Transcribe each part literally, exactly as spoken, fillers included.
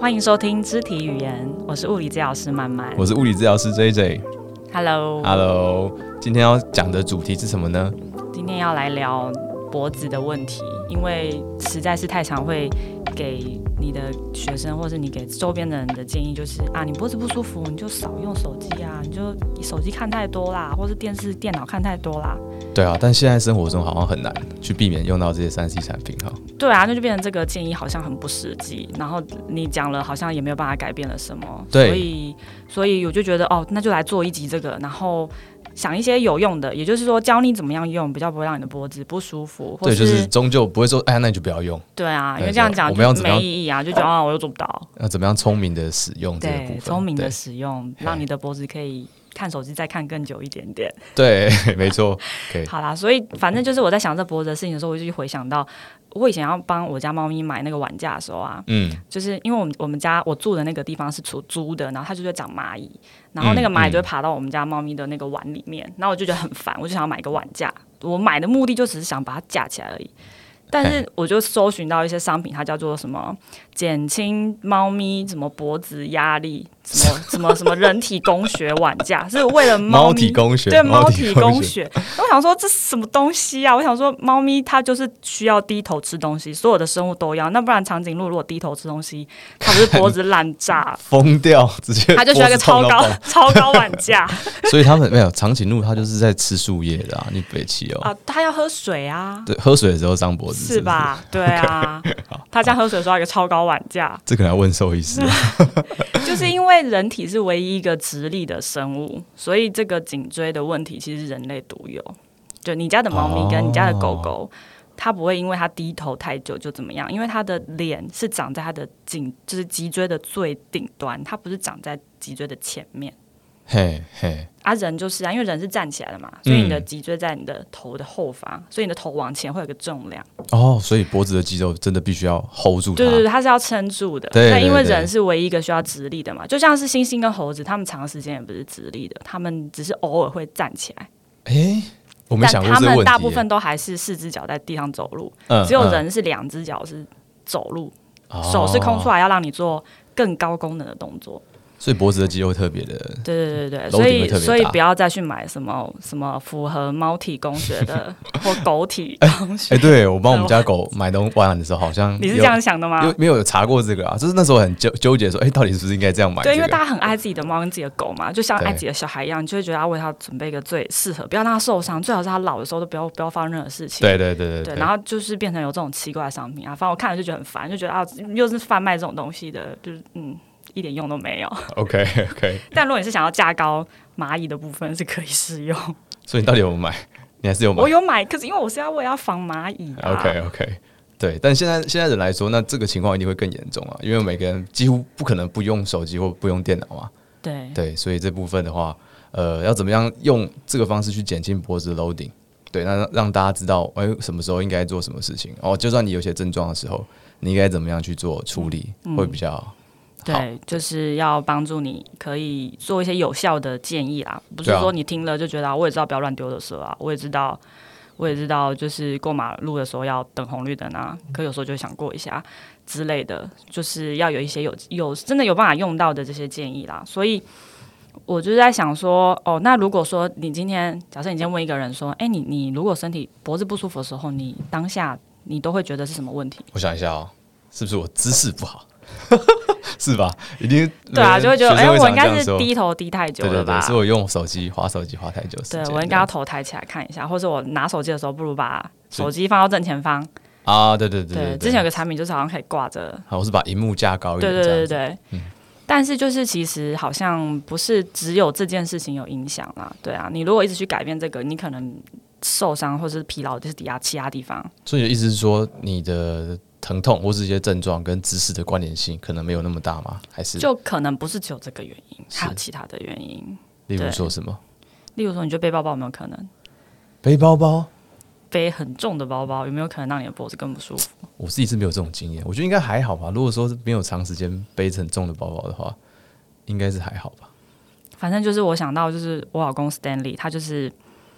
欢迎收听肢体语言，我是物理治疗师曼曼， 我是物理治疗师 J J。 Hello， Hello， 今天要讲的主题是什么呢？ 今天要来聊脖子的问题，因为实在是太常会给你的学生或是你给周边的人的建议就是啊，你脖子不舒服你就少用手机啊，你就手机看太多啦，或是电视电脑看太多啦。 对啊，但现在生活中好像很难去避免用到这些三 C 产品哈。 对啊，那就变成这个建议好像很不实际，然后你讲了好像也没有办法改变了什么， 对， 所以所以我就觉得哦，那就来做一集这个，然后想一些有用的，也就是说教你怎么样用，比较不会让你的脖子不舒服。或是对，就是终究不会说，哎，那你就不要用。 对啊，因为这样讲就没意义啊，就觉得啊，我又做不到。 要怎么样聪明的使用这个部分？ 对，聪明的使用，让你的脖子可以看手机再看更久一点点。 对，没错。Okay. 好啦，所以反正就是我在想这脖子的事情的时候，我就回想到我以前要帮我家猫咪买那个碗架的时候啊，嗯，就是因为我们我们家我住的那个地方是出租的，然后它就会长蚂蚁，然后那个蚂蚁就会爬到我们家猫咪的那个碗里面，然后我就觉得很烦，我就想要买个碗架。我买的目的就只是想把它架起来而已。但是我就搜寻到一些商品，它叫做什么减轻猫咪什么脖子压力，什么什么什么人体工学碗架，是为了猫咪猫体工学， 对猫体工学。我想说这是什么东西啊？我想说猫咪它就是需要低头吃东西，所有的生物都一样，那不然长颈鹿如果低头吃东西，它不是脖子烂炸疯掉，直接它就需要一个超高超高碗架。 所以他们没有长颈鹿，它就是在吃树叶的啊，你别气哦。 啊，它要喝水啊。 对，喝水的时候伤脖子。 是吧？对啊，他这样喝水的时候有一个超高碗架， 这可能要问兽医师。 就是因为人体是唯一一个直立的生物，所以这个颈椎的问题其实是人类独有。就你家的猫咪跟你家的狗狗，它不会因为它低头太久就怎么样，因为它的脸是长在它的颈，就是脊椎的最顶端，它不是长在脊椎的前面。 嘿嘿， 啊，人就是啊，因为人是站起来的嘛，所以你的脊椎在你的头的后方，嗯、所以你的头往前会有个重量。 哦，所以脖子的肌肉真的必须要 hold 住它。 对对对，它是要撑住的。 对， 但因为人是唯一一个需要直立的嘛，就像是猩猩跟猴子，他们长时间也不是直立的，他们只是偶尔会站起来。 哎，我没想过这个问题。 但他们大部分都还是四只脚在地上走路，嗯、只有人是两只脚是走路，嗯、手是空出来，要让你做更高功能的动作。 所以脖子的肌肉特别的， 对对对对，所以所以不要再去买什么什么符合猫体工学的或狗体工学。 哎、欸，对我帮我们家狗买东碗的时候，好像你是这样想的吗？ 有没有查过这个啊？就是那时候很纠纠结说，哎、欸，到底是不是应该这样买、這個？ 对，因为大家很爱自己的猫跟自己的狗嘛，就像爱自己的小孩一样，你就会觉得要为它准备一个最适合，不要让它受伤，最好是它老的时候都不要不要发生任何事情。 对对对 对, 对, 对，然后就是变成有这种奇怪的商品啊，反正我看了就觉得很烦，就觉得啊，又是贩卖这种东西的，就是嗯。一点用都没有。 OK OK。 但如果你是想要架高蚂蚁的部分，是可以试用。 所以你到底有没有买？你还是有买？ 我有买，可是因为我是要为要防蚂蚁、啊。 OK OK。对，但现在现在人来说，那这个情况一定会更严重啊，因为每个人几乎不可能不用手机或不用电脑嘛。 对对，所以这部分的话，呃，要怎么样用这个方式去减轻脖子的 loading？ 对，那让大家知道，哎、欸，什么时候应该做什么事情。哦，就算你有些症状的时候，你应该怎么样去做处理，嗯、会比较好。 对，就是要帮助你可以做一些有效的建议啦，不是说你听了就觉得、啊、我也知道不要乱丢垃圾啊，我也知道，我也知道，就是过马路的时候要等红绿灯啊，可有时候就会想过一下之类的，就是要有一些有有真的有办法用到的这些建议啦。所以我就是在想说，哦，那如果说你今天假设你今天问一个人说，哎，你你如果身体脖子不舒服的时候，你当下你都会觉得是什么问题？ 我想一下哦，是不是我姿势不好？是吧？一定对啊，就会觉得哎、欸，我应该是低头低太久了吧？ 对对对，是我用手机滑手机滑太久。 对，我应该要头抬起来看一下，或者我拿手机的时候，不如把手机放到正前方啊。对对 对, 对, 对, 对，之前有个产品就是好像可以挂着， 好，我是把荧幕架高一点。 对对对对，嗯。但是就是其实好像不是只有这件事情有影响啦，对啊，你如果一直去改变这个，你可能受伤或是疲劳就是抵押其他地方。 所以的意思是说，你的疼痛或是一些症状跟姿势的关联性可能没有那么大吗？还是就可能不是只有这个原因，还有其他的原因。 例如说什么？ 例如说，你觉得背包包有没有可能？ 背包包背很重的包包有没有可能让你的脖子更不舒服？ 我自己是没有这种经验，我觉得应该还好吧。如果说没有长时间背很重的包包的话，应该是还好吧。 反正就是我想到，就是我老公 Stanley， 他就是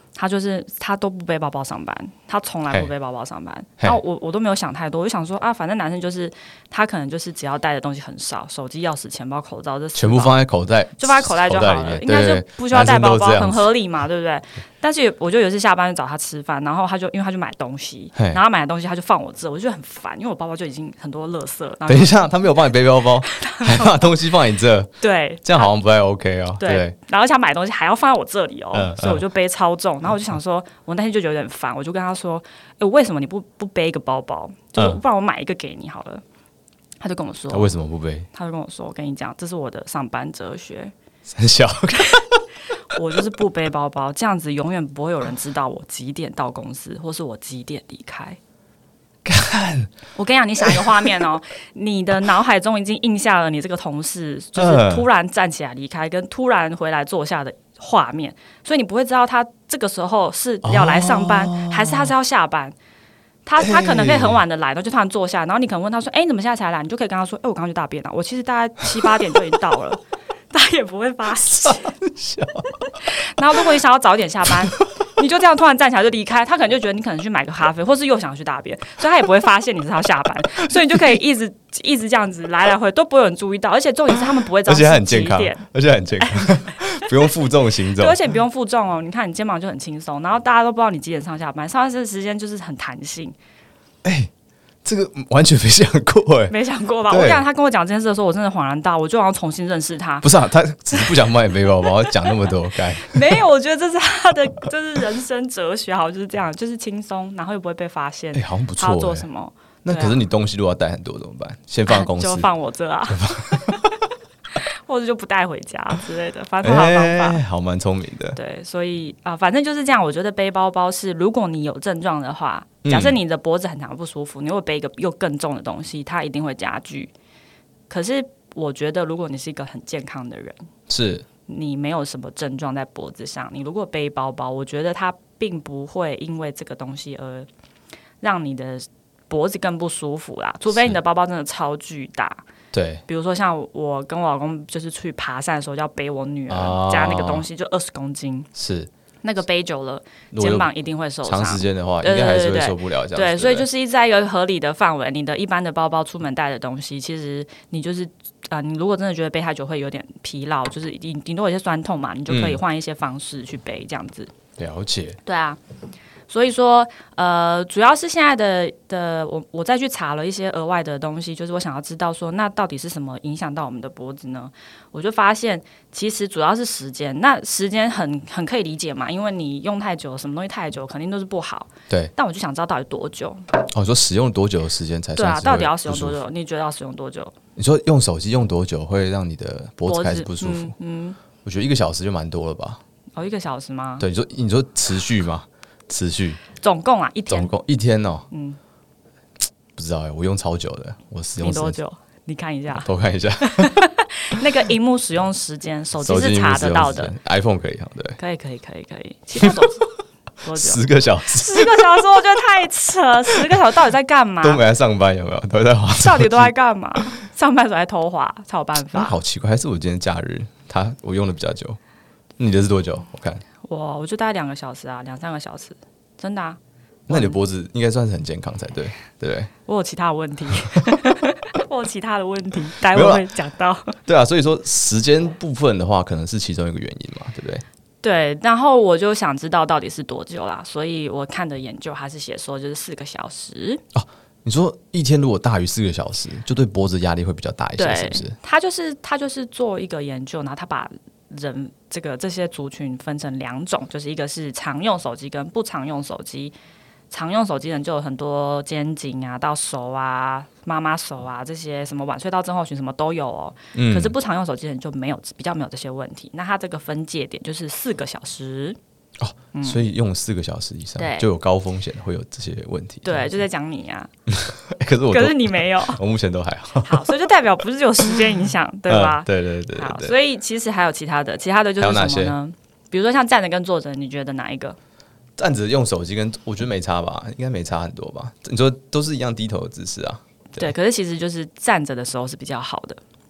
他就是他都不背包包上班，他从来不背包包上班。然后我我都没有想太多，我就想说啊，反正男生就是他可能就是只要带的东西很少，手机、钥匙、钱包、口罩这全部放在口袋， 就放在口袋就好了，应该就不需要带包包，很合理嘛，对不对？但是我就有一次下班就找他吃饭，然后他就因为他就买东西，然后他买的东西他就放我这，我就觉得很烦，因为我包包就已经很多垃圾。 等一下，他没有帮你背包包，还把东西放你这， 对， 这样好像不太 OK 哦。 对， 对， 然后他买东西还要放在我这里哦， 嗯、 所以我就背超重，然后我就想说，我那天就有点烦，我就跟他说，哎，为什么你不不背一个包包？就不然我买一个给你好了。他就跟我说， 他为什么不背？ 他就跟我说，我跟你讲，这是我的上班哲学。 很小。 我就是不背包包，这样子永远不会有人知道我几点到公司，或是我几点离开。 看， 我跟你讲，你想一个画面哦，你的脑海中已经印下了你这个同事就是突然站起来离开，跟突然回来坐下的画面，所以你不会知道他这个时候是要来上班，哦、还是他是要下班。他他可能可以很晚的来，然后就突然坐下，然后你可能问他说：“哎、欸，你怎么现在才来？”你就可以跟他说：“哎、欸，我刚刚去大便了，我其实大概七八点就已经到了。”他也不会发现。然后如果你想要早点下班，你就这样突然站起来就离开，他可能就觉得你可能去买个咖啡，或是又想去大便，所以他也不会发现你是要下班，所以你就可以一直一直这样子来来回都不会有人注意到，而且重点是他们不会知道是几点， 而且很健康，而且很健康，不用负重行走， 对，而且不用负重哦。你看你肩膀就很轻松，然后大家都不知道你几点上下班，上班的时间就是很弹性。 哎、欸。这个完全没想过哎、欸， 没想过吧？我讲他跟我讲这件事的时候，我真的恍然大悟，我就好像重新认识他。 不是啊，他只是不想帮你背包包，讲那么多该没有，我觉得这是他的，就是人生哲学，好，就是这样，就是轻松，然后又不会被发现。 哎、欸，好像不错、欸。 他要做什么？ 那可是你东西如果要带很多怎么办？先放公司， 就放我这啊，或者就不带回家之类的，反正好方法。 欸、好，蛮聪明的。 对，所以啊、呃，反正就是这样。我觉得背包包是，如果你有症状的话。假设你的脖子很长不舒服，你会背一个又更重的东西，它一定会加剧。可是我觉得，如果你是一个很健康的人， 是你没有什么症状在脖子上，你如果背包包，我觉得它并不会因为这个东西而让你的脖子更不舒服啦。除非你的包包真的超巨大， 对， 比如说像我跟我老公就是去爬山的时候，要背我女儿加那个东西，就二十公斤， 是。 那个背久了，肩膀一定会受伤。 长时间的话，应该还是会受不了这样子。 对，所以就是一直在一个合理的范围。你的一般的包包出门带的东西，其实你就是啊、呃，你如果真的觉得背太久会有点疲劳，就是顶顶多有些酸痛嘛，你就可以换一些方式去背这样子。 嗯、了解。 对啊。所以说，呃，主要是现在的的我，我再去查了一些额外的东西，就是我想要知道说，那到底是什么影响到我们的脖子呢？我就发现，其实主要是时间。那时间很很可以理解嘛，因为你用太久，什么东西太久，肯定都是不好。 对。但我就想知道到底多久。 哦，说使用多久的时间才算是？ 对啊，到底要使用多久？你觉得要使用多久？ 你说用手机用多久会让你的脖子开始不舒服？ 嗯，嗯我觉得一个小时就蛮多了吧。 哦，一个小时吗？ 对，你说你说持续吗？持续， 总共啊，一天， 总共一天哦， 嗯， 不知道哎，我用超久的，我使用你多久？你看一下， 多看一下， 那个荧幕使用时间，手机是查得到的 ，iPhone 可以哈，对， 可以，可以，可以，可以，其他手机多久？ 十个小时， 十个小时，我觉得太扯，十个小时到底在干嘛？ 都没来上班，有没有？都在滑， 到底都在干嘛？上班时候在偷滑，才有办法。 好奇怪，还是我今天假日，他我用的比较久，你的是多久？我看我我就大概两个小时啊，两三个小时。真的啊？ 那你的脖子应该算是很健康才对，对不对？ 我有其他的问题，我有其他的问题，待会会讲到。 对啊，所以说时间部分的话，可能是其中一个原因嘛，对不对？ 对，然后我就想知道到底是多久啦，所以我看的研究还是写说就是四个小时。 哦，你说一天如果大于四个小时，就对脖子压力会比较大一些，是不是？ 他就是他就是做一个研究，然后他把人这个这些族群分成两种，就是一个是常用手机跟不常用手机。常用手机人就有很多肩颈啊、到手啊、妈妈手啊这些什么晚睡到症候群什么都有哦。嗯、可是不常用手机人就没有比较没有这些问题。那它这个分界点就是四个小时哦、嗯，所以用四个小时以上就有高风险会有这些问题。 对，就在讲你啊。 可是我可是你没有， 我目前都还好。 好，所以就代表不是有时间影响，对吧？ 嗯、对, 对, 对对对。 好，所以其实还有其他的，其他的就是什么呢？比如说像站着跟坐着，你觉得哪一个？ 站着用手机跟我觉得没差吧，应该没差很多吧？你说都是一样低头的姿势啊？ 对, 对，可是其实就是站着的时候是比较好的。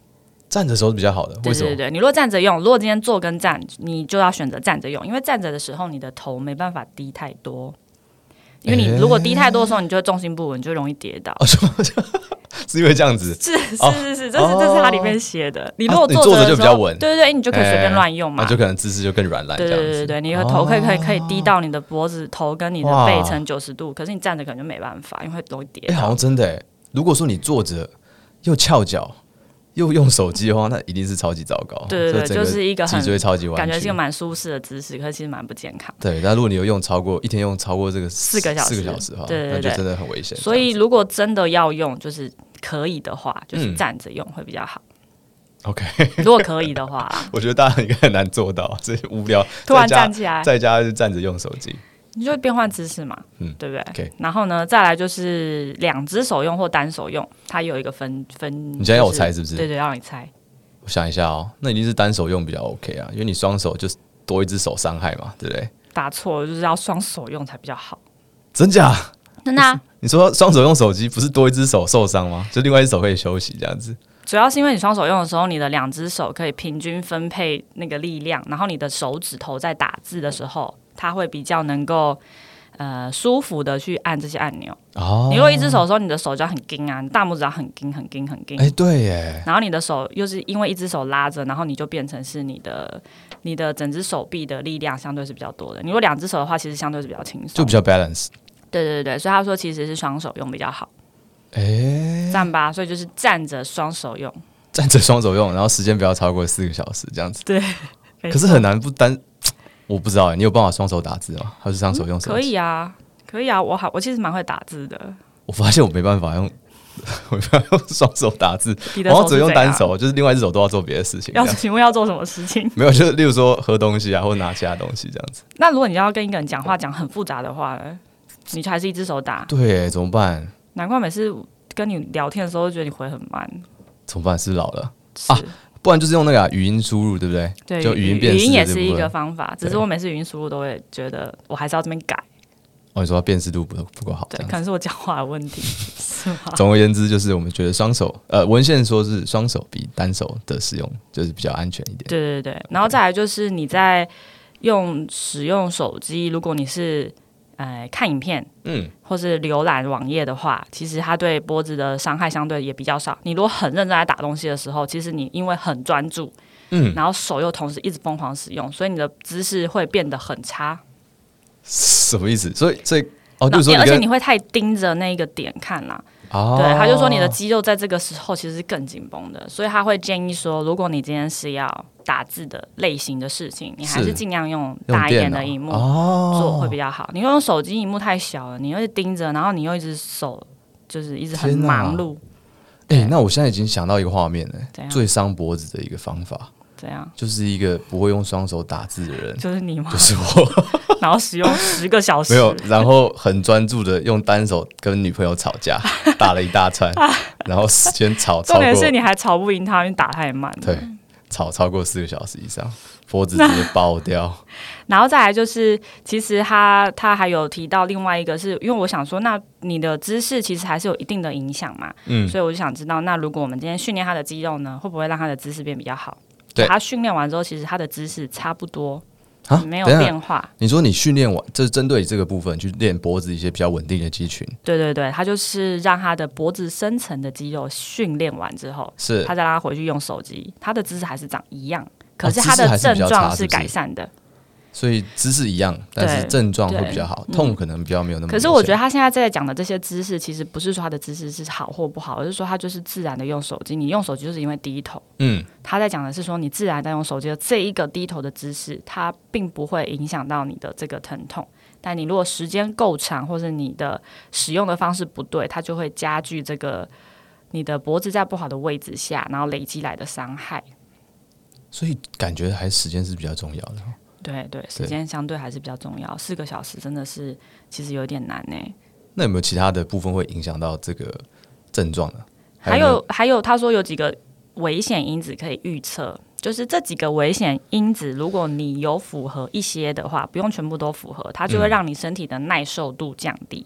站着的时候是比较好的，为什么？ 对对对，你如果站着用，如果今天坐跟站，你就要选择站着用，因为站着的时候你的头没办法低太多，因为你如果低太多的时候，你就会重心不稳，就容易跌倒。 哦，是因为这样子？ 是是是是，这是这是它里面写的。你如果坐着就比较稳， 对对对，你就可以随便乱用嘛， 那就可能姿势就更软烂。 对对对对，你的头可以可以可以低到你的脖子头跟你的背成九十度，可是你站着可能就没办法，因为会容易跌倒。 哎，好像真的哎。如果说你坐着又翘脚又用手机的话，那一定是超级糟糕。 对对对，就是一个脊椎超级弯曲， 感觉是一个蛮舒适的姿势，可是其实蛮不健康。 对，但如果你有用超过一天用超过这个四个小时， 四个小时的话， 对对对， 那就真的很危险。 所以如果真的要用，就是可以的话，就是站着用会比较好。 嗯、OK， 如果可以的话， 我觉得大家应该很难做到，这无聊， 突然站起来， 在家就站着用手机。 你就会变换姿势嘛，嗯，对不对？ okay. 然后呢，再来就是两只手用或单手用，它有一个分分。 你现在要我猜是不是？ 对对，让你猜。 我想一下哦，那一定是单手用比较 OK 啊，因为你双手就是多一只手伤害嘛，对不对？ 打错了，就是要双手用才比较好。 真假？ 真的啊！ 你说双手用手机，不是多一只手受伤吗？就另外一只手可以休息这样子。 主要是因为你双手用的时候，你的两只手可以平均分配那个力量，然后你的手指头在打字的时候，它会比较能够呃舒服的去按这些按钮。哦，你如果一只手的时候，你的手就要很紧啊，你大拇指要很紧很紧很紧。 哎，对耶。 然后你的手又是因为一只手拉着，然后你就变成是你的你的整只手臂的力量相对是比较多的。你如果两只手的话，其实相对是比较轻松， 就比较 balance。 对对对，所以他说其实是双手用比较好。 哎， 站吧，所以就是站着双手用。 站着双手用，然后时间不要超过四个小时，这样子。 对， 可是很难不单，我不知道，你有办法双手打字吗？还是双手用手机？ 嗯？可以啊，可以啊，我好，我其实蛮会打字的。 我发现我没办法用，我没办法用双手打字，然后只用单手，就是另外一只手都要做别的事情。 要请问要做什么事情？ 没有，就是例如说喝东西啊，或者拿其他东西这样子。 那如果你要跟一个人讲话讲很复杂的话呢，你就还是一只手打？ 对，怎么办？ 难怪每次跟你聊天的时候，觉得你回很慢。 怎么办？是老了啊？不然就是用那个、啊、语音输入，对不对？ 对， 就语音辨识， 语音也是一个方法。只是我每次语音输入都会觉得，我还是要这边改。 哦，你说辨识度不不够好， 对，可能是我讲话的问题，是吗？ 总而言之，就是我们觉得双手，呃，文献说是双手比单手的使用就是比较安全一点。 对对对，然后再来就是你在用使用手机，如果你是呃看影片，嗯，或是浏览网页的话，其实它对脖子的伤害相对也比较少。你如果很认真在打东西的时候，其实你因为很专注，嗯，然后手又同时一直疯狂使用，所以你的姿势会变得很差。 什么意思？所以所以哦，就是说你， 而且你会太盯着那个点看啦。哦，对，他就说你的肌肉在这个时候其实是更紧绷的，所以他会建议说，如果你今天是要打字的类型的事情，你还是尽量用大一点的荧幕做会比较好。哦，你用手机荧幕太小了，你又盯着，然后你又一直手就是一直很忙碌。 哎、欸，那我现在已经想到一个画面了，最伤脖子的一个方法。 怎样？ 就是一个不会用双手打字的人， 就是你吗？ 就是我。 然后使用十个小时， 没有，然后很专注的用单手跟女朋友吵架，打了一大串，然后时间吵， 重点是你还吵不赢他，因为打太慢了。 对，吵超过四个小时以上，脖子直接爆掉。 然后再来就是，其实他他还有提到另外一个是，因为我想说，那你的姿势其实还是有一定的影响嘛，嗯，所以我就想知道，那如果我们今天训练他的肌肉呢，会不会让他的姿势变比较好？对，他训练完之后，其实他的姿势差不多。啊，没有变化。 你说你训练完，这是针对这个部分去练脖子一些比较稳定的肌群。 对对对，他就是让他的脖子深层的肌肉训练完之后，是他再让他回去用手机，他的姿势还是长一样，可是他的症状是改善的。哦， 所以姿势一样，但是症状会比较好，痛可能比较没有那么明显。 可是我觉得他现在在讲的这些姿势，其实不是说他的姿势是好或不好，而是说他就是自然的用手机。你用手机就是因为低头，嗯，他在讲的是说你自然在用手机的这一个低头的姿势，它并不会影响到你的这个疼痛。但你如果时间够长，或是你的使用的方式不对，它就会加剧这个你的脖子在不好的位置下，然后累积来的伤害。 所以感觉还是时间是比较重要的。 对对，时间相对还是比较重要。四个小时真的是其实有点难呢。 那有没有其他的部分会影响到这个症状呢？ 还有还有，还有他说有几个危险因子可以预测，就是这几个危险因子，如果你有符合一些的话，不用全部都符合，它就会让你身体的耐受度降低。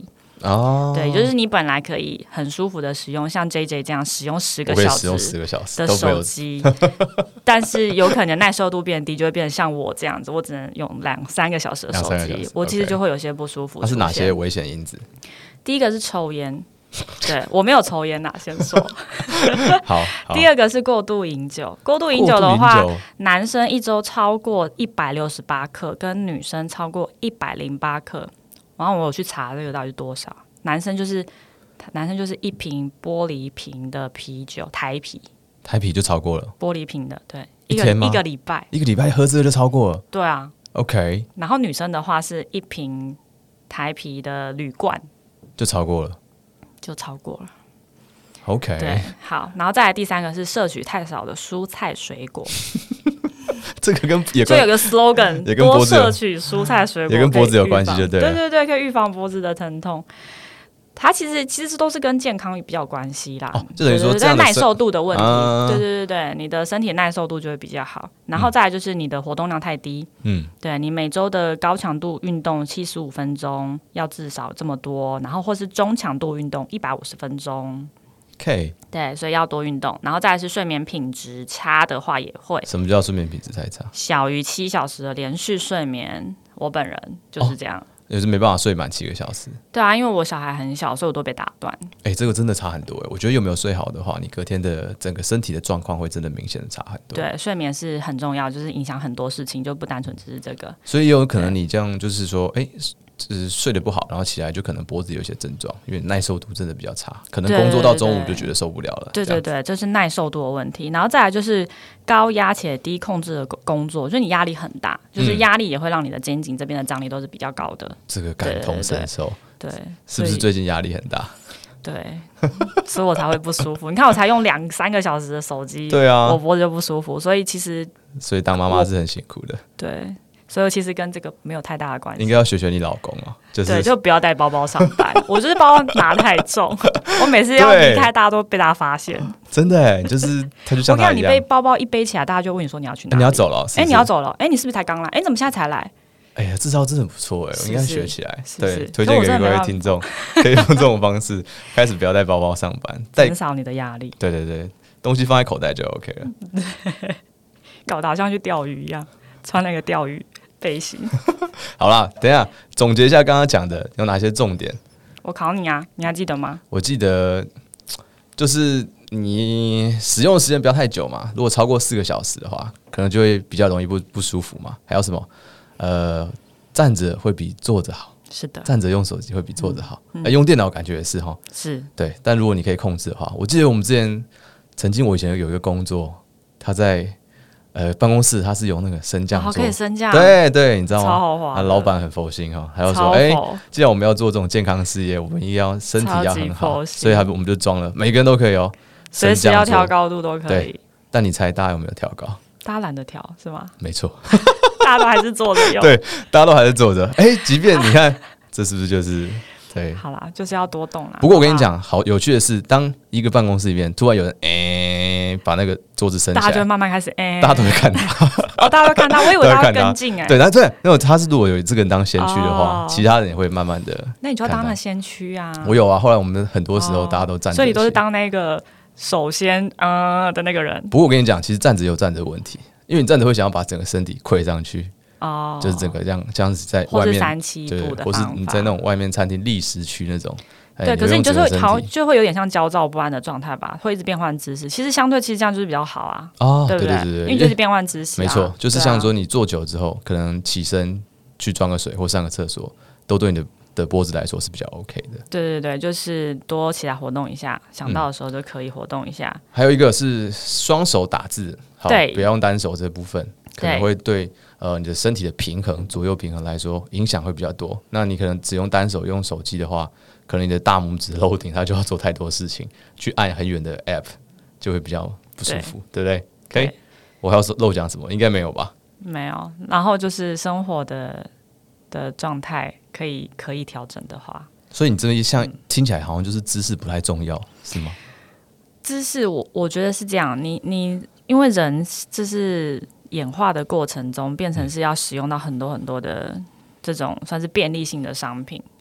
哦， 对，就是你本来可以很舒服的使用，像 J J 这样使用十个我可以小使用十个小时时的手机，但是有可能耐受度变低，就会变成像我这样子，我只能用两三个小时的手机，我其实就会有些不舒服。 它是哪些危险因子？ 第一个是抽烟。对，我没有抽烟呐，先说。 好。 第二个是过度饮酒，过度饮酒的话，男生一周超过一百六十八克，跟女生超过一百零八克。然后我有去查这个到底是多少，男生就是男生就是一瓶玻璃瓶的啤酒，台啤， 台啤就超过了， 玻璃瓶的，对， 一天吗？ 一个礼拜， 一个礼拜喝这个就超过了， 对啊 ，OK。 然后女生的话是一瓶台啤的铝罐， 就超过了。 就超过了 ，OK， 对，好，然后再来第三个是摄取太少的蔬菜水果， 这个跟也就有个 slogan， 也跟脖子多摄取蔬菜水果， 也跟脖子有关系，就对了， 对对对，可以预防脖子的疼痛。它其实其实都是跟健康比较有关系啦， 哦、就等于说这样耐受度的问题， 啊、 对对对对，你的身体耐受度就会比较好。然后再来就是你的活动量太低，嗯，对你每周的高强度运动七十五分钟要至少这么多，然后或是中强度运动一百五十分钟。 OK， 对，所以要多运动，然后再来是睡眠品质差的话也会。 什么叫睡眠品质太差？ 小于七小时的连续睡眠，我本人就是这样。哦， 就是没办法睡满七个小时。 对啊，因为我小孩很小，所以我都被打断。 哎、欸，这个真的差很多哎。我觉得有没有睡好的话，你隔天的整个身体的状况会真的明显的差很多。 对，睡眠是很重要，就是影响很多事情，就不单纯只是这个。 所以有可能你这样就是说，哎、欸，就是睡得不好，然后起来就可能脖子有一些症状，因为耐受度真的比较差，可能工作到中午就觉得受不了了。 对对对，这是耐受度的问题。然后再来就是高压且低控制的工作，就是你压力很大，就是压力也会让你的肩颈这边的张力都是比较高的。嗯、 这个感同身受。 对，对是不是最近压力很大？ 对，所以我才会不舒服。你看，我才用两三个小时的手机， 对啊， 我脖子就不舒服。所以其实， 所以当妈妈是很辛苦的。 对。所以其实跟这个没有太大的关系， 应该要学学你老公哦，就是对，就不要带包包上班。我就是包包拿太重，我每次要离开，大家都被大家发现。 真的哎，就是他就像他一样。 我看你背包包一背起来，大家就问你说你要去哪里？ 你要走了？ 哎，你要走了？哎，你是不是才刚来？哎，你怎么现在才来？ 哎呀，这招真的不错哎，我应该学起来。对，推荐给各位听众，可以用这种方式开始不要带包包上班， 减少你的压力。 对对对，东西放在口袋就 OK 了。 搞得好像去钓鱼一样，穿那个钓鱼背心。 好啦，等一下总结一下刚刚讲的有哪些重点。 我考你啊，你还记得吗？ 我记得就是你使用的时间不要太久嘛，如果超过四个小时的话，可能就会比较容易不不舒服嘛。还有什么？呃，站着会比坐着好。 是的， 站着用手机会比坐着好。嗯嗯呃、用电脑感觉也是哈。 是。对， 但如果你可以控制的话，我记得我们之前曾经我以前有一个工作，他在。呃，办公室它是有那个升降桌， 可以升降， 对对，你知道吗？ 超豪华。 啊，老板很佛心哈，还要说，哎、欸，既然我们要做这种健康事业，我们一定要身体要很好，所以我们就装了，每个人都可以哦、喔， 随时要调高度都可以。 对，但你猜大家有没有调高？ 大家懒得调是吗？ 没错， 大家都还是坐着用。 对，大家都还是坐着。哎、欸，即便你看，这是不是就是对？ 好啦，就是要多动啦。 不过我跟你讲，好有趣的是，当一个办公室里面突然有人哎。欸把那个桌子升起来， 大家就会慢慢开始，哎、欸， 大家都会看到， 哦，大家都看到，我以为大家会跟进哎、欸， 对，然后对，那种他是如果有这个人当先驱的话，哦、其他人也会慢慢的。 那你就要当那先驱啊！ 我有啊，后来我们很多时候大家都站着、哦， 所以你都是当那个首先呃的那个人。 不过我跟你讲，其实站着有站着的问题，因为你站着会想要把整个身体跪上去。哦，就是整个这样，这样子在外面， 或是三七步的， 或是你在那种外面餐厅立食区那种。 对，可是你就是会好，就会有点像焦躁不安的状态吧，会一直变换姿势。其实相对，其实这样就是比较好啊。 哦， 对不对？ 对对对， 因为就是变换姿势、啊。 没错，就是像说你坐久之后，可能起身去装个水或上个厕所，都对你的的脖子来说是比较 OK 的。 对对对，就是多起来活动一下，想到的时候就可以活动一下。嗯、 还有一个是双手打字，好， 对， 不要用单手这部分，可能会对呃你的身体的平衡、左右平衡来说影响会比较多。那你可能只用单手用手机的话。可能你的大拇指 loading， 它就要做太多事情，去按很远的 app， 就会比较不舒服， 对, 对不对？ OK， 我还要漏讲什么？应该没有吧？ 没有。然后就是生活的的状态可以可以调整的话， 所以你这一项听起来好像就是姿势不太重要，是吗？ 姿势我我觉得是这样，你你因为人就是演化的过程中，变成是要使用到很多很多的。这种算是便利性的商品，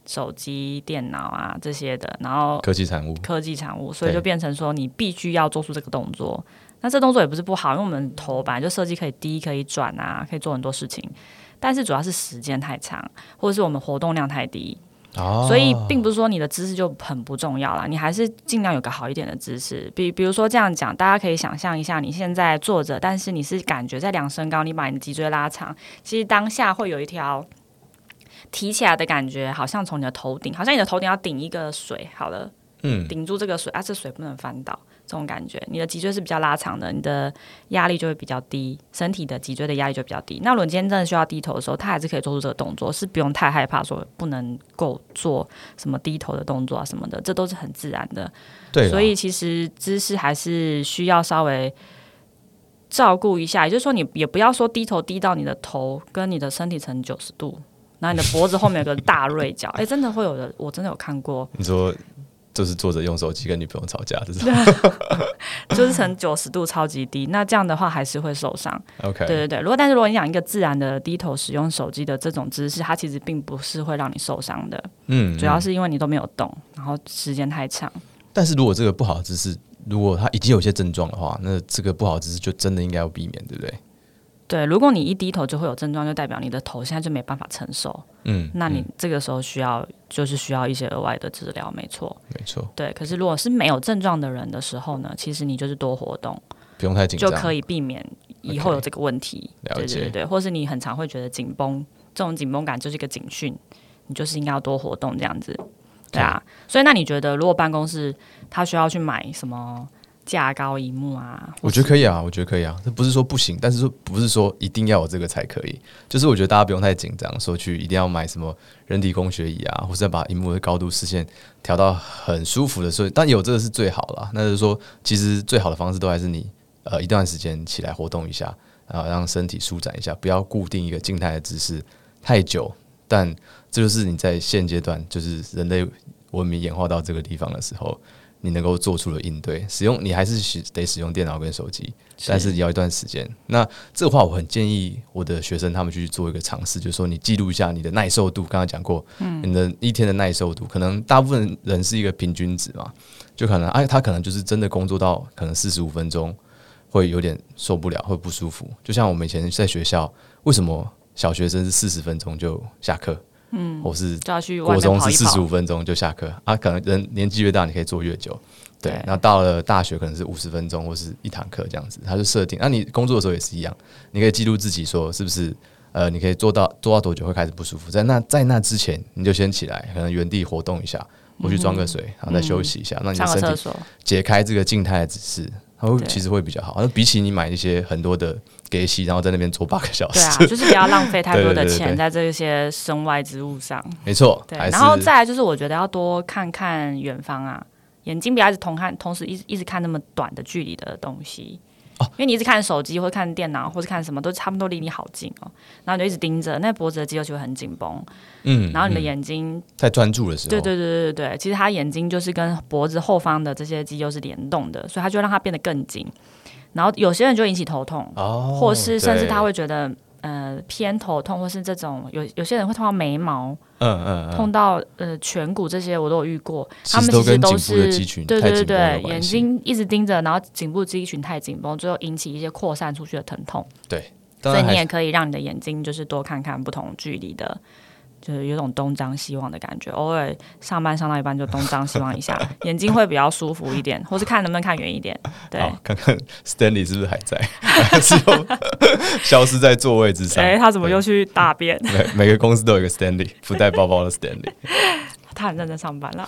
手机、电脑啊这些的，然后科技产物， 科技产物，所以就变成说你必须要做出这个动作。那这动作也不是不好，因为我们头本来就设计可以低、可以转啊，可以做很多事情，但是主要是时间太长，或者是我们活动量太低。哦、所以并不是说你的姿势就很不重要啦，你还是尽量有个好一点的姿势。比比如说这样讲，大家可以想象一下，你现在坐着，但是你是感觉在量身高，你把你的脊椎拉长，其实当下会有一条提起来的感觉，好像从你的头顶，好像你的头顶要顶一个水，好了，嗯，顶住这个水啊，这水不能翻倒。这种感觉，你的脊椎是比较拉长的，你的压力就会比较低，身体的脊椎的压力就比较低。那如果你今天真的需要低头的时候，他还是可以做出这个动作，是不用太害怕说不能够做什么低头的动作啊什么的，这都是很自然的。对，所以其实姿势还是需要稍微照顾一下，也就是说，你也不要说低头低到你的头跟你的身体成九十度，然后你的脖子后面有个大锐角，哎、欸，真的会有的，我真的有看过。 你说。就是坐着用手机跟女朋友吵架这种， 就是成九十度超级低，那这样的话还是会受伤。 OK， 对对对。如果但是如果你讲一个自然的低头使用手机的这种姿势，它其实并不是会让你受伤的。嗯，主要是因为你都没有动，然后时间太长。 但是如果这个不好的姿势，如果它已经有些症状的话，那这个不好的姿势就真的应该要避免，对不对？ 对，如果你一低头就会有症状，就代表你的头现在就没办法承受。嗯，那你这个时候需要就是需要一些额外的治疗，没错， 没错。 对，可是如果是没有症状的人的时候呢，其实你就是多活动， 不用太紧张， 就可以避免以后有这个问题。Okay, 对对对，或是你很常会觉得紧绷，这种紧绷感就是一个警讯，你就是应该要多活动这样子。对啊，所以那你觉得如果办公室他需要去买什么？架高萤幕啊， 我觉得可以啊，我觉得可以啊。这不是说不行，但是说不是说一定要有这个才可以。就是我觉得大家不用太紧张，说去一定要买什么人体工学椅啊，或是要把萤幕的高度视线调到很舒服的时候，但有这个是最好啦。那就是说，其实最好的方式都还是你呃一段时间起来活动一下，然后让身体舒展一下，不要固定一个静态的姿势太久。但这就是你在现阶段，就是人类文明演化到这个地方的时候。你能够做出的应对，使用你还是得使用电脑跟手机，但是要一段时间。那这个话我很建议我的学生他们去做一个尝试，就是说你记录一下你的耐受度。刚刚讲过，嗯，你的一天的耐受度，可能大部分人是一个平均值嘛，就可能哎、啊，他可能就是真的工作到可能四十五分钟会有点受不了，会不舒服。就像我们以前在学校，为什么小学生是四十分钟就下课？嗯，或是国中是四十五分钟就下课啊，可能人年纪越大，你可以做越久。对，那到了大学可能是五十分钟或是一堂课这样子，他就设定。那、啊、你工作的时候也是一样，你可以记录自己说是不是呃，你可以做到做到多久会开始不舒服？在那在那之前，你就先起来，可能原地活动一下，或去装个水，然后再休息一下，让、嗯、你的身体解开这个静态的姿势。它会其实会比较好，比起你买一些很多的给息，然后在那边做八个小时， 对啊，就是不要浪费太多的钱在这些身外之物上。 没错， 对。然后再来就是，我觉得要多看看远方啊，眼睛不要一直同看，同时一直一直看那么短的距离的东西。哦、因为你一直看手机或者看电脑或者看什么，都差不多离你好近哦，然后你就一直盯着，那脖子的肌肉就会很紧绷，嗯，然后你的眼睛、嗯、 太专注的时候， 对对对对对，其实他眼睛就是跟脖子后方的这些肌肉是联动的，所以他就让它变得更紧，然后有些人就会引起头痛，哦，或是甚至他会觉得呃偏头痛，或是这种有有些人会痛到眉毛。嗯嗯嗯，痛到呃颧骨这些我都有遇过，他们其实都是对对对对，眼睛一直盯着，然后颈部肌群太紧绷，最后引起一些扩散出去的疼痛。 对， 所以你也可以让你的眼睛就是多看看不同距离的，就是有种东张西望的感觉。偶尔上班上到一半就东张西望一下，眼睛会比较舒服一点，或是看能不能看远一点。对， 好，看看 Stanley 是不是还在，还是有消失在座位之上？ 哎、欸，他怎么又去大便？ 对，每个公司都有一个 Stanley， 不带包包的 Stanley。 他很认真上班了。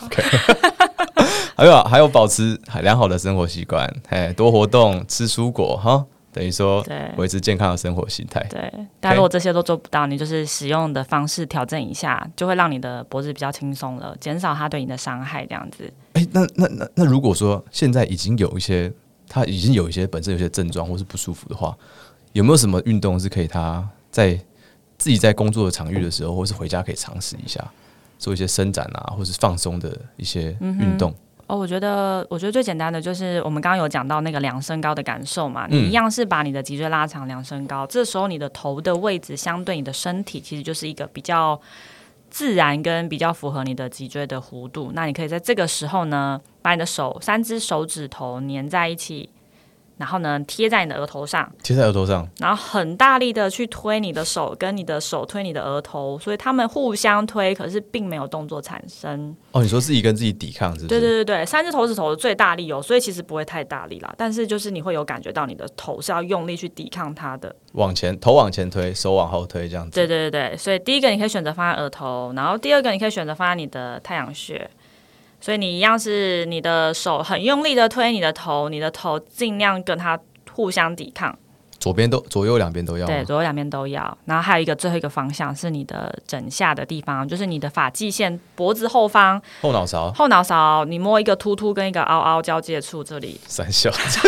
Okay. 还有还有保持良好的生活习惯，多活动，吃蔬果哈。等于说维持健康的生活形态。 对，但如果这些都做不到，你就是使用的方式调整一下，就会让你的脖子比较轻松了，减少它对你的伤害，这样子。 哎、欸，那那那那如果说现在已经有一些，他已经有一些本身有些症状或是不舒服的话，有没有什么运动是可以他在自己在工作的场域的时候，或是回家可以尝试一下，做一些伸展啊，或是放松的一些运动？嗯哦，我觉得，我觉得最简单的就是我们刚刚有讲到那个量身高的感受嘛，你一样是把你的脊椎拉长，量身高，这时候你的头的位置相对你的身体，其实就是一个比较自然跟比较符合你的脊椎的弧度。那你可以在这个时候呢，把你的手三只手指头粘在一起，然后呢贴在你的额头上， 贴在额头上， 然后很大力的去推你的手，跟你的手推你的额头，所以他们互相推，可是并没有动作产生。 哦，你说自己跟自己抵抗是不是？ 对对对对，三只手指头的最大力哦，所以其实不会太大力啦，但是就是你会有感觉到你的头是要用力去抵抗它的， 往前头往前推，手往后推这样子。 对对对对，所以第一个你可以选择放在额头，然后第二个你可以选择放在你的太阳穴。所以你一样是你的手很用力的推你的头，你的头尽量跟它互相抵抗， 左边都左右两边都要吗？ 对，左右两边都要。然后还有一个最后一个方向是你的枕下的地方，就是你的发际线脖子后方后脑勺， 后脑勺，你摸一个凸凸跟一个凹凹交界处，这里三小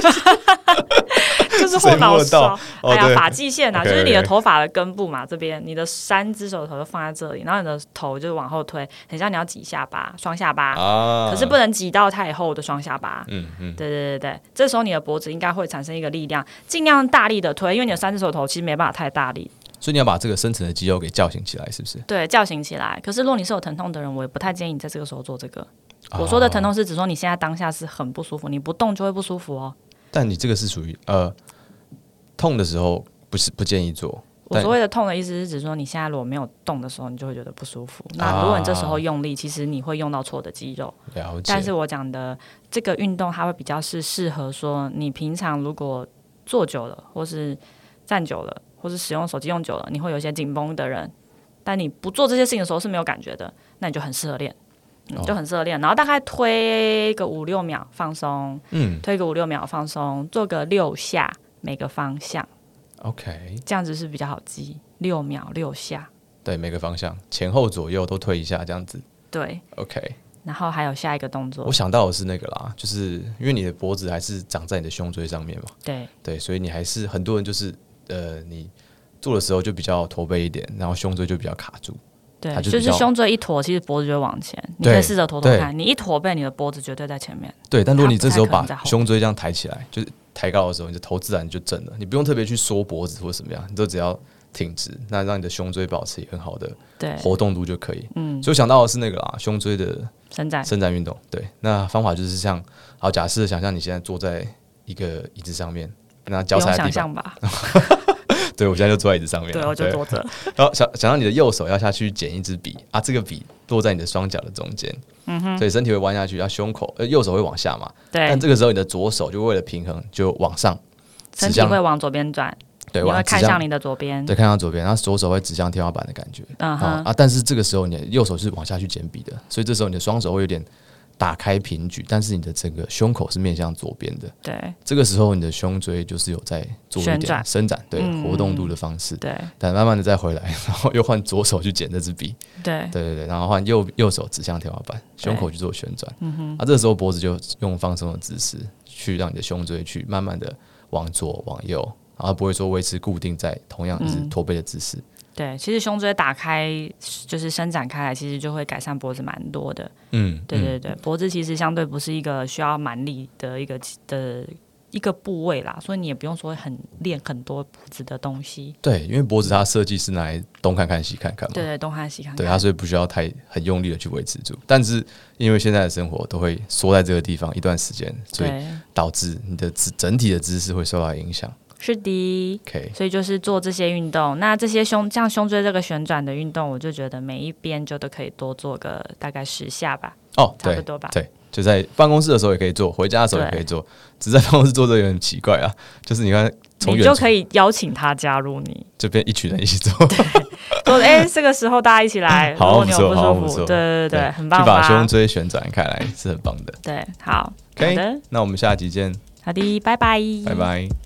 就是后脑勺， 哦、 哎呀，发际线啊， okay, 就是你的头发的根部嘛，这边你的三只手头就放在这里，然后你的头就往后推，很像你要挤下巴，双下巴、啊，可是不能挤到太厚的双下巴。嗯嗯，对对对对，这时候你的脖子应该会产生一个力量，尽量大力的推，因为你的三只手头其实没办法太大力。 所以你要把这个深层的肌肉给叫醒起来，是不是？ 对，叫醒起来。可是如果你是有疼痛的人，我也不太建议你在这个时候做这个。哦、我说的疼痛是指说你现在当下是很不舒服，你不动就会不舒服哦。 但你这个是属于呃痛的时候，不是不建议做。 我所谓的痛的意思是指说你现在如果没有动的时候，你就会觉得不舒服。那如果你这时候用力，其实你会用到错的肌肉。 了解。 但是我讲的这个运动，它会比较是适合说你平常如果坐久了，或是站久了，或是使用手机用久了，你会有一些紧绷的人，但你不做这些事情的时候是没有感觉的，那你就很适合练。嗯、就很适合练，然后大概推个五六秒放松，嗯，推个五六秒放松，做个六下每个方向 ，OK， 这样子是比较好记，六秒六下， 对，每个方向前后左右都推一下，这样子， 对 ，OK。 然后还有下一个动作， 我想到的是那个啦，就是因为你的脖子还是长在你的胸椎上面嘛， 对对，所以你还是很多人就是呃，你做的时候就比较驼背一点，然后胸椎就比较卡住。 对，就, 就是胸椎一驼，其实脖子就会往前。你可以试着驼驼看，你一驼背，你的脖子绝对在前面。 对，但如果你这时候把胸椎这样抬起来，就是抬高的时候，你的头自然就正了，你不用特别去缩脖子或什么样，你都只要挺直，那让你的胸椎保持很好的活动度就可以。嗯，所以我想到的是那个啦，胸椎的伸展伸展运动。对，那方法就是像，好，假设想象你现在坐在一个椅子上面，那脚踩在地板。不用想象吧。对，我现在就坐在椅子上面。 对，我就坐着。 然后想想让你的右手要下去捡一支笔啊，这个笔落在你的双脚的中间，嗯哼，所以身体会弯下去，然后胸口呃右手会往下嘛。对。但这个时候你的左手就为了平衡就往上， 身体会往左边转。对，你会看向你的左边。 对，看向左边，然后左手会指向天花板的感觉。嗯哼。啊，但是这个时候你的右手是往下去捡笔的，所以这时候你的双手会有点打开平举，但是你的整个胸口是面向左边的。对，这个时候你的胸椎就是有在做一点伸展，对、嗯、活动度的方式。对，但慢慢的再回来，然后又换左手去捡这支笔。对，对对对，然后换右右手指向天花板，胸口去做旋转。嗯哼，啊，这个时候脖子就用放松的姿势去让你的胸椎去慢慢的往左往右，然后不会说维持固定在同样是驼背的姿势。嗯， 对，其实胸椎打开就是伸展开来，其实就会改善脖子蛮多的。嗯，对对对，脖子其实相对不是一个需要蛮力的一个的一个部位啦，所以你也不用说很练很多脖子的东西。 对，因为脖子它设计是拿来东看看西看看嘛。 对对，东看西看看。 对，它所以不需要太很用力的去维持住。但是因为现在的生活都会缩在这个地方一段时间，所以导致你的整体的姿势会受到影响。 是的 ，okay. 所以就是做这些运动。那这些胸像胸椎这个旋转的运动，我就觉得每一边就都可以多做个大概十下吧。 哦， 差不多吧。 对，就在办公室的时候也可以做，回家的时候也可以做。只是在办公室做这个有点奇怪啊，就是你看， 你就可以邀请他加入你， 这边一群人一起做。 对，说哎、欸，这个时候大家一起来， 好不错，好不错。对对 对, 对，很棒吧？ 去把胸椎旋转开来是很棒的。 对，好， okay, 好的， 那我们下集见。 好的，拜拜， 拜拜。